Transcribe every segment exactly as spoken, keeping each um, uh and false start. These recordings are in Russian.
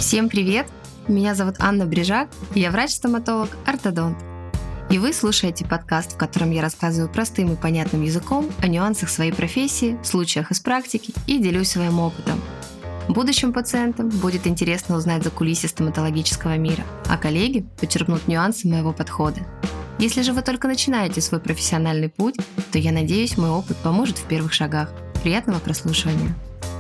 Всем привет! Меня зовут Анна Брижак, и я врач-стоматолог-ортодонт. И вы слушаете подкаст, в котором я рассказываю простым и понятным языком о нюансах своей профессии, случаях из практики и делюсь своим опытом. Будущим пациентам будет интересно узнать закулисье стоматологического мира, а коллеги подчеркнут нюансы моего подхода. Если же вы только начинаете свой профессиональный путь, то я надеюсь, мой опыт поможет в первых шагах. Приятного прослушивания!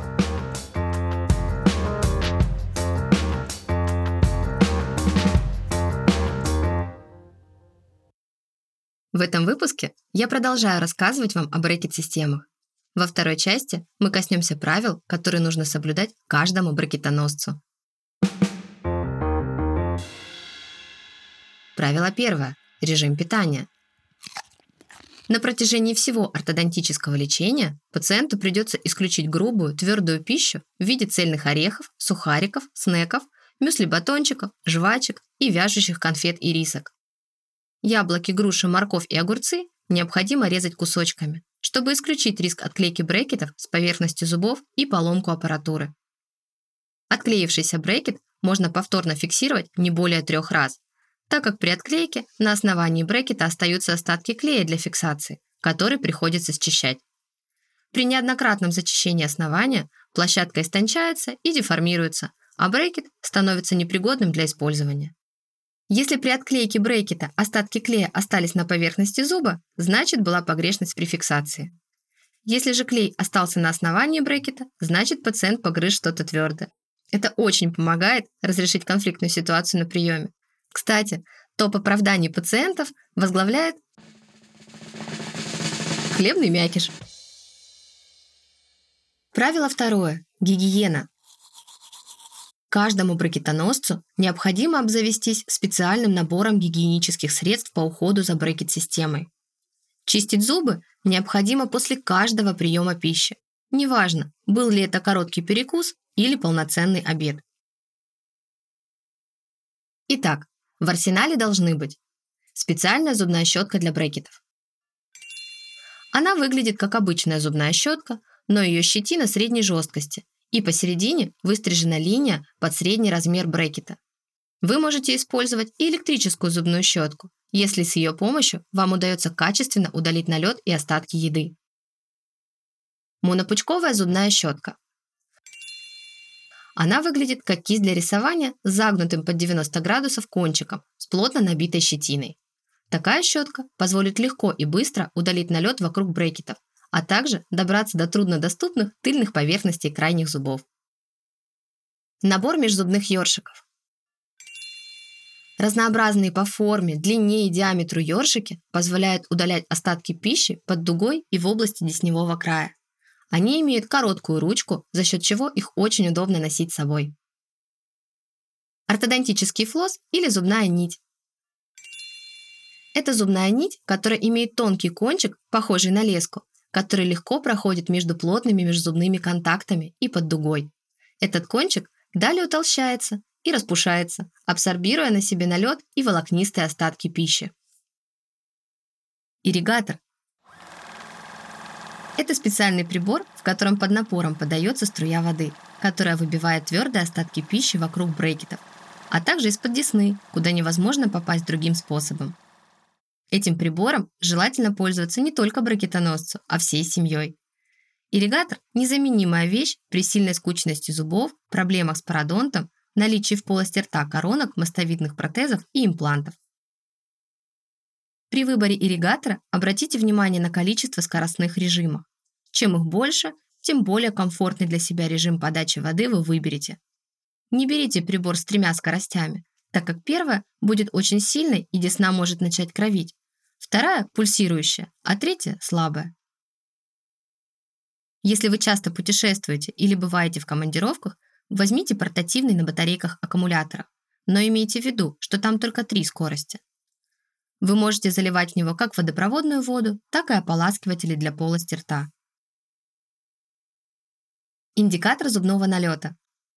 В этом выпуске я продолжаю рассказывать вам о брекет-системах. Во второй части мы коснемся правил, которые нужно соблюдать каждому брекетоносцу. Правило первое. Режим питания. На протяжении всего ортодонтического лечения пациенту придется исключить грубую, твердую пищу в виде цельных орехов, сухариков, снеков, мюсли-батончиков, жвачек и вяжущих конфет и рисок. Яблоки, груши, морковь и огурцы необходимо резать кусочками, чтобы исключить риск отклейки брекетов с поверхности зубов и поломку аппаратуры. Отклеившийся брекет можно повторно фиксировать не более трех раз, так как при отклейке на основании брекета остаются остатки клея для фиксации, который приходится счищать. При неоднократном зачищении основания площадка истончается и деформируется, а брекет становится непригодным для использования. Если при отклейке брекета остатки клея остались на поверхности зуба, значит была погрешность при фиксации. Если же клей остался на основании брекета, значит пациент погрыз что-то твердое. Это очень помогает разрешить конфликтную ситуацию на приеме. Кстати, топ оправданий пациентов возглавляет хлебный мякиш. Правило второе. Гигиена. Каждому брекетоносцу необходимо обзавестись специальным набором гигиенических средств по уходу за брекет-системой. Чистить зубы необходимо после каждого приема пищи. Неважно, был ли это короткий перекус или полноценный обед. Итак, в арсенале должны быть специальная зубная щетка для брекетов. Она выглядит как обычная зубная щетка, но ее щетина средней жесткости, и посередине выстрижена линия под средний размер брекета. Вы можете использовать и электрическую зубную щетку, если с ее помощью вам удается качественно удалить налет и остатки еды. Монопучковая зубная щетка. Она выглядит как кисть для рисования с загнутым под девяносто градусов кончиком с плотно набитой щетиной. Такая щетка позволит легко и быстро удалить налет вокруг брекетов, а также добраться до труднодоступных тыльных поверхностей крайних зубов. Набор межзубных ёршиков. Разнообразные по форме, длине и диаметру ёршики позволяют удалять остатки пищи под дугой и в области десневого края. Они имеют короткую ручку, за счет чего их очень удобно носить с собой. Ортодонтический флосс или зубная нить. Это зубная нить, которая имеет тонкий кончик, похожий на леску, который легко проходит между плотными межзубными контактами и под дугой. Этот кончик далее утолщается и распушается, абсорбируя на себе налет и волокнистые остатки пищи. Ирригатор. Это специальный прибор, в котором под напором подается струя воды, которая выбивает твердые остатки пищи вокруг брекетов, а также из-под десны, куда невозможно попасть другим способом. Этим прибором желательно пользоваться не только брекетоносцу, а всей семьей. Ирригатор – незаменимая вещь при сильной скучности зубов, проблемах с пародонтом, наличии в полости рта коронок, мостовидных протезов и имплантов. При выборе ирригатора обратите внимание на количество скоростных режимов. Чем их больше, тем более комфортный для себя режим подачи воды вы выберете. Не берите прибор с тремя скоростями, так как первая будет очень сильной и десна может начать кровить, вторая – пульсирующая, а третья – слабая. Если вы часто путешествуете или бываете в командировках, возьмите портативный на батарейках аккумулятор, но имейте в виду, что там только три скорости. Вы можете заливать в него как водопроводную воду, так и ополаскиватели для полости рта. Индикатор зубного налета.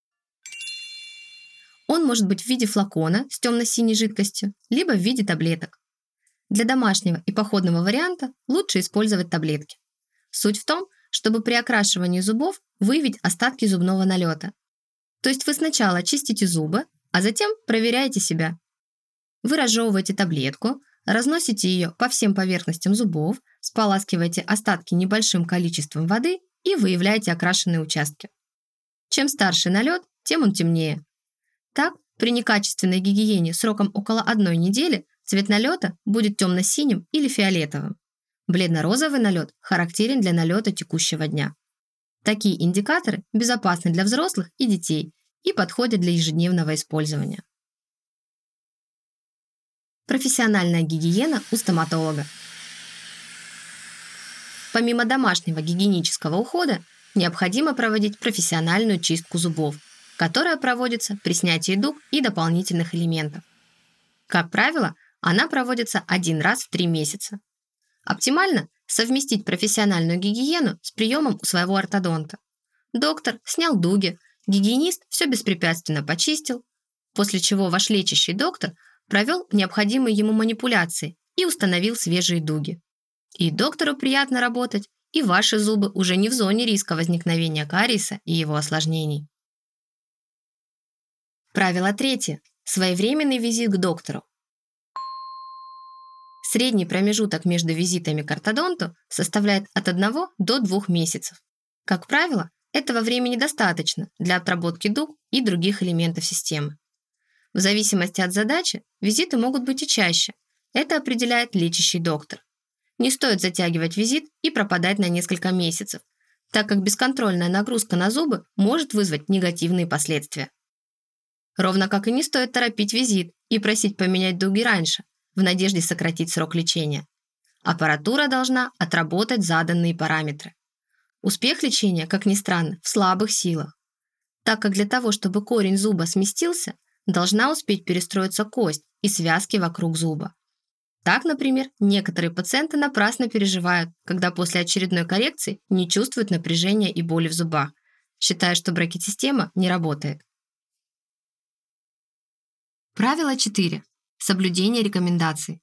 Он может быть в виде флакона с темно-синей жидкостью, либо в виде таблеток. Для домашнего и походного варианта лучше использовать таблетки. Суть в том, чтобы при окрашивании зубов выявить остатки зубного налета. То есть вы сначала чистите зубы, а затем проверяете себя. Вы разжевываете таблетку, разносите ее по всем поверхностям зубов, споласкиваете остатки небольшим количеством воды и выявляете окрашенные участки. Чем старше налет, тем он темнее. Так, при некачественной гигиене сроком около одной недели цвет налета будет темно-синим или фиолетовым. Бледно-розовый налет характерен для налета текущего дня. Такие индикаторы безопасны для взрослых и детей и подходят для ежедневного использования. Профессиональная гигиена у стоматолога. Помимо домашнего гигиенического ухода, необходимо проводить профессиональную чистку зубов, которая проводится при снятии дуг и дополнительных элементов. Как правило, она проводится один раз в три месяца. Оптимально совместить профессиональную гигиену с приемом у своего ортодонта. Доктор снял дуги, гигиенист все беспрепятственно почистил, после чего ваш лечащий доктор провел необходимые ему манипуляции и установил свежие дуги. И доктору приятно работать, и ваши зубы уже не в зоне риска возникновения кариеса и его осложнений. Правило третье. Своевременный визит к доктору. Средний промежуток между визитами к ортодонту составляет от одного до двух месяцев. Как правило, этого времени достаточно для отработки дуг и других элементов системы. В зависимости от задачи визиты могут быть и чаще. Это определяет лечащий доктор. Не стоит затягивать визит и пропадать на несколько месяцев, так как бесконтрольная нагрузка на зубы может вызвать негативные последствия. Ровно как и не стоит торопить визит и просить поменять дуги раньше, в надежде сократить срок лечения. Аппаратура должна отработать заданные параметры. Успех лечения, как ни странно, в слабых силах, так как для того, чтобы корень зуба сместился, должна успеть перестроиться кость и связки вокруг зуба. Так, например, некоторые пациенты напрасно переживают, когда после очередной коррекции не чувствуют напряжения и боли в зубах, считая, что брекет-система не работает. Правило четыре. Соблюдение рекомендаций.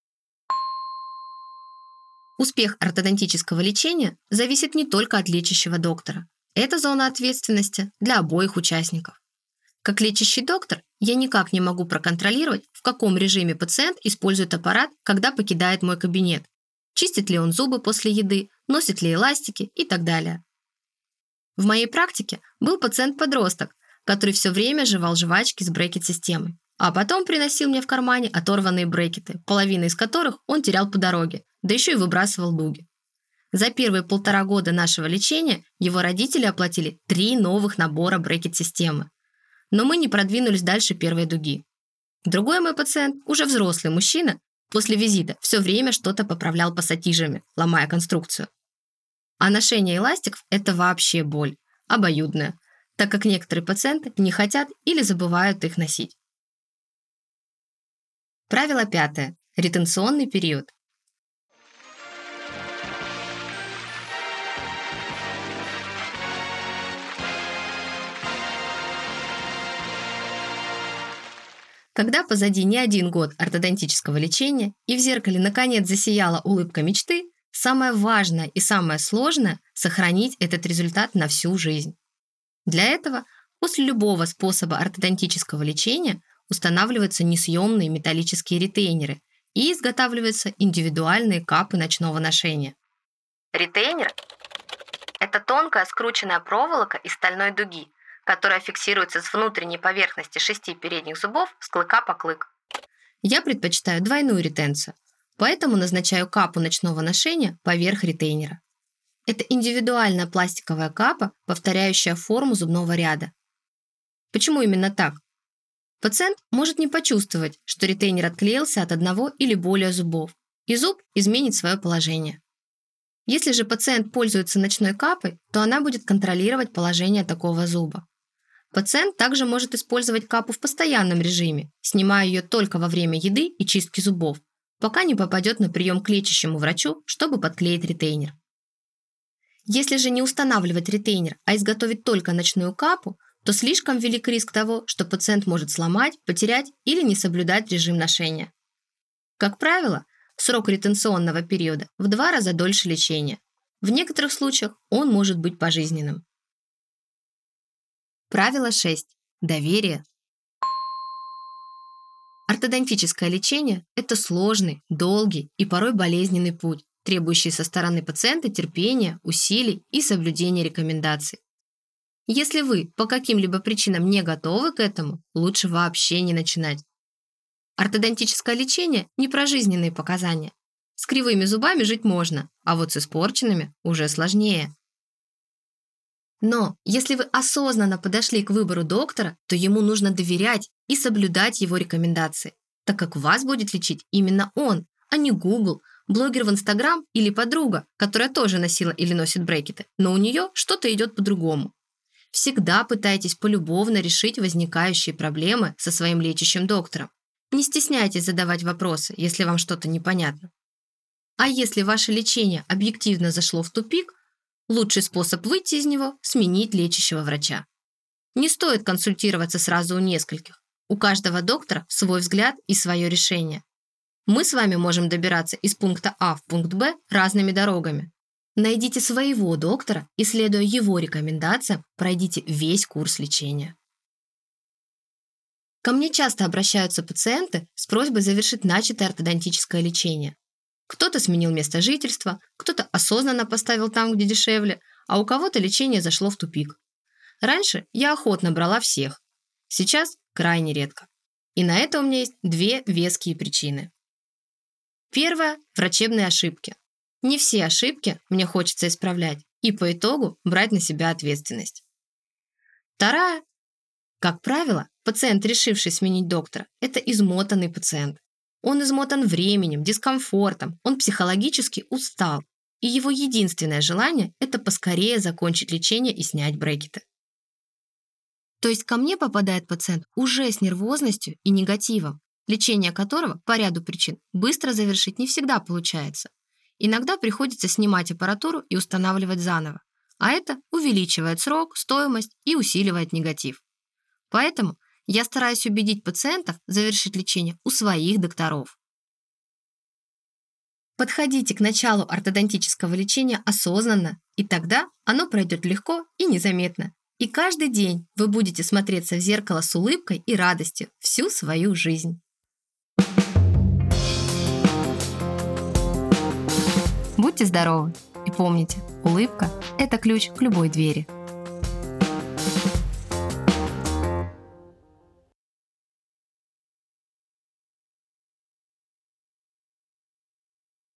Успех ортодонтического лечения зависит не только от лечащего доктора. Это зона ответственности для обоих участников. Как лечащий доктор, я никак не могу проконтролировать, в каком режиме пациент использует аппарат, когда покидает мой кабинет, чистит ли он зубы после еды, носит ли эластики и так далее. В моей практике был пациент-подросток, который все время жевал жвачки с брекет-системой, а потом приносил мне в кармане оторванные брекеты, половину из которых он терял по дороге, да еще и выбрасывал дуги. За первые полтора года нашего лечения его родители оплатили три новых набора брекет-системы. Но мы не продвинулись дальше первой дуги. Другой мой пациент, уже взрослый мужчина, после визита все время что-то поправлял пассатижами, ломая конструкцию. А ношение эластиков – это вообще боль, обоюдная, так как некоторые пациенты не хотят или забывают их носить. Правило пятое. Ретенционный период. Когда позади не один год ортодонтического лечения и в зеркале наконец засияла улыбка мечты, самое важное и самое сложное – сохранить этот результат на всю жизнь. Для этого после любого способа ортодонтического лечения устанавливаются несъемные металлические ретейнеры и изготавливаются индивидуальные капы ночного ношения. Ретейнер – это тонкая скрученная проволока из стальной дуги, которая фиксируется с внутренней поверхности шести передних зубов с клыка по клык. Я предпочитаю двойную ретенцию, поэтому назначаю капу ночного ношения поверх ретейнера. Это индивидуальная пластиковая капа, повторяющая форму зубного ряда. Почему именно так? Пациент может не почувствовать, что ретейнер отклеился от одного или более зубов, и зуб изменит свое положение. Если же пациент пользуется ночной капой, то она будет контролировать положение такого зуба. Пациент также может использовать капу в постоянном режиме, снимая ее только во время еды и чистки зубов, пока не попадет на прием к лечащему врачу, чтобы подклеить ретейнер. Если же не устанавливать ретейнер, а изготовить только ночную капу, то слишком велик риск того, что пациент может сломать, потерять или не соблюдать режим ношения. Как правило, срок ретенционного периода в два раза дольше лечения. В некоторых случаях он может быть пожизненным. Правило шесть. доверие. Ортодонтическое лечение – это сложный, долгий и порой болезненный путь, требующий со стороны пациента терпения, усилий и соблюдения рекомендаций. Если вы по каким-либо причинам не готовы к этому, лучше вообще не начинать. Ортодонтическое лечение – не про жизненные показания. С кривыми зубами жить можно, а вот с испорченными уже сложнее. Но если вы осознанно подошли к выбору доктора, то ему нужно доверять и соблюдать его рекомендации, так как вас будет лечить именно он, а не Google, блогер в Instagram или подруга, которая тоже носила или носит брекеты, но у нее что-то идет по-другому. Всегда пытайтесь полюбовно решить возникающие проблемы со своим лечащим доктором. Не стесняйтесь задавать вопросы, если вам что-то непонятно. А если ваше лечение объективно зашло в тупик, лучший способ выйти из него – сменить лечащего врача. Не стоит консультироваться сразу у нескольких. У каждого доктора свой взгляд и свое решение. Мы с вами можем добираться из пункта А в пункт Б разными дорогами. Найдите своего доктора и, следуя его рекомендациям, пройдите весь курс лечения. Ко мне часто обращаются пациенты с просьбой завершить начатое ортодонтическое лечение. Кто-то сменил место жительства, кто-то осознанно поставил там, где дешевле, а у кого-то лечение зашло в тупик. Раньше я охотно брала всех, сейчас крайне редко. И на это у меня есть две веские причины. Первая – врачебные ошибки. Не все ошибки мне хочется исправлять и по итогу брать на себя ответственность. Вторая – как правило, пациент, решивший сменить доктора, это измотанный пациент. Он измотан временем, дискомфортом, он психологически устал, и его единственное желание – это поскорее закончить лечение и снять брекеты. То есть ко мне попадает пациент уже с нервозностью и негативом, лечение которого по ряду причин быстро завершить не всегда получается. Иногда приходится снимать аппаратуру и устанавливать заново, а это увеличивает срок, стоимость и усиливает негатив. Поэтому я стараюсь убедить пациентов завершить лечение у своих докторов. Подходите к началу ортодонтического лечения осознанно, и тогда оно пройдет легко и незаметно. И каждый день вы будете смотреться в зеркало с улыбкой и радостью всю свою жизнь. Будьте здоровы и помните, улыбка – это ключ к любой двери.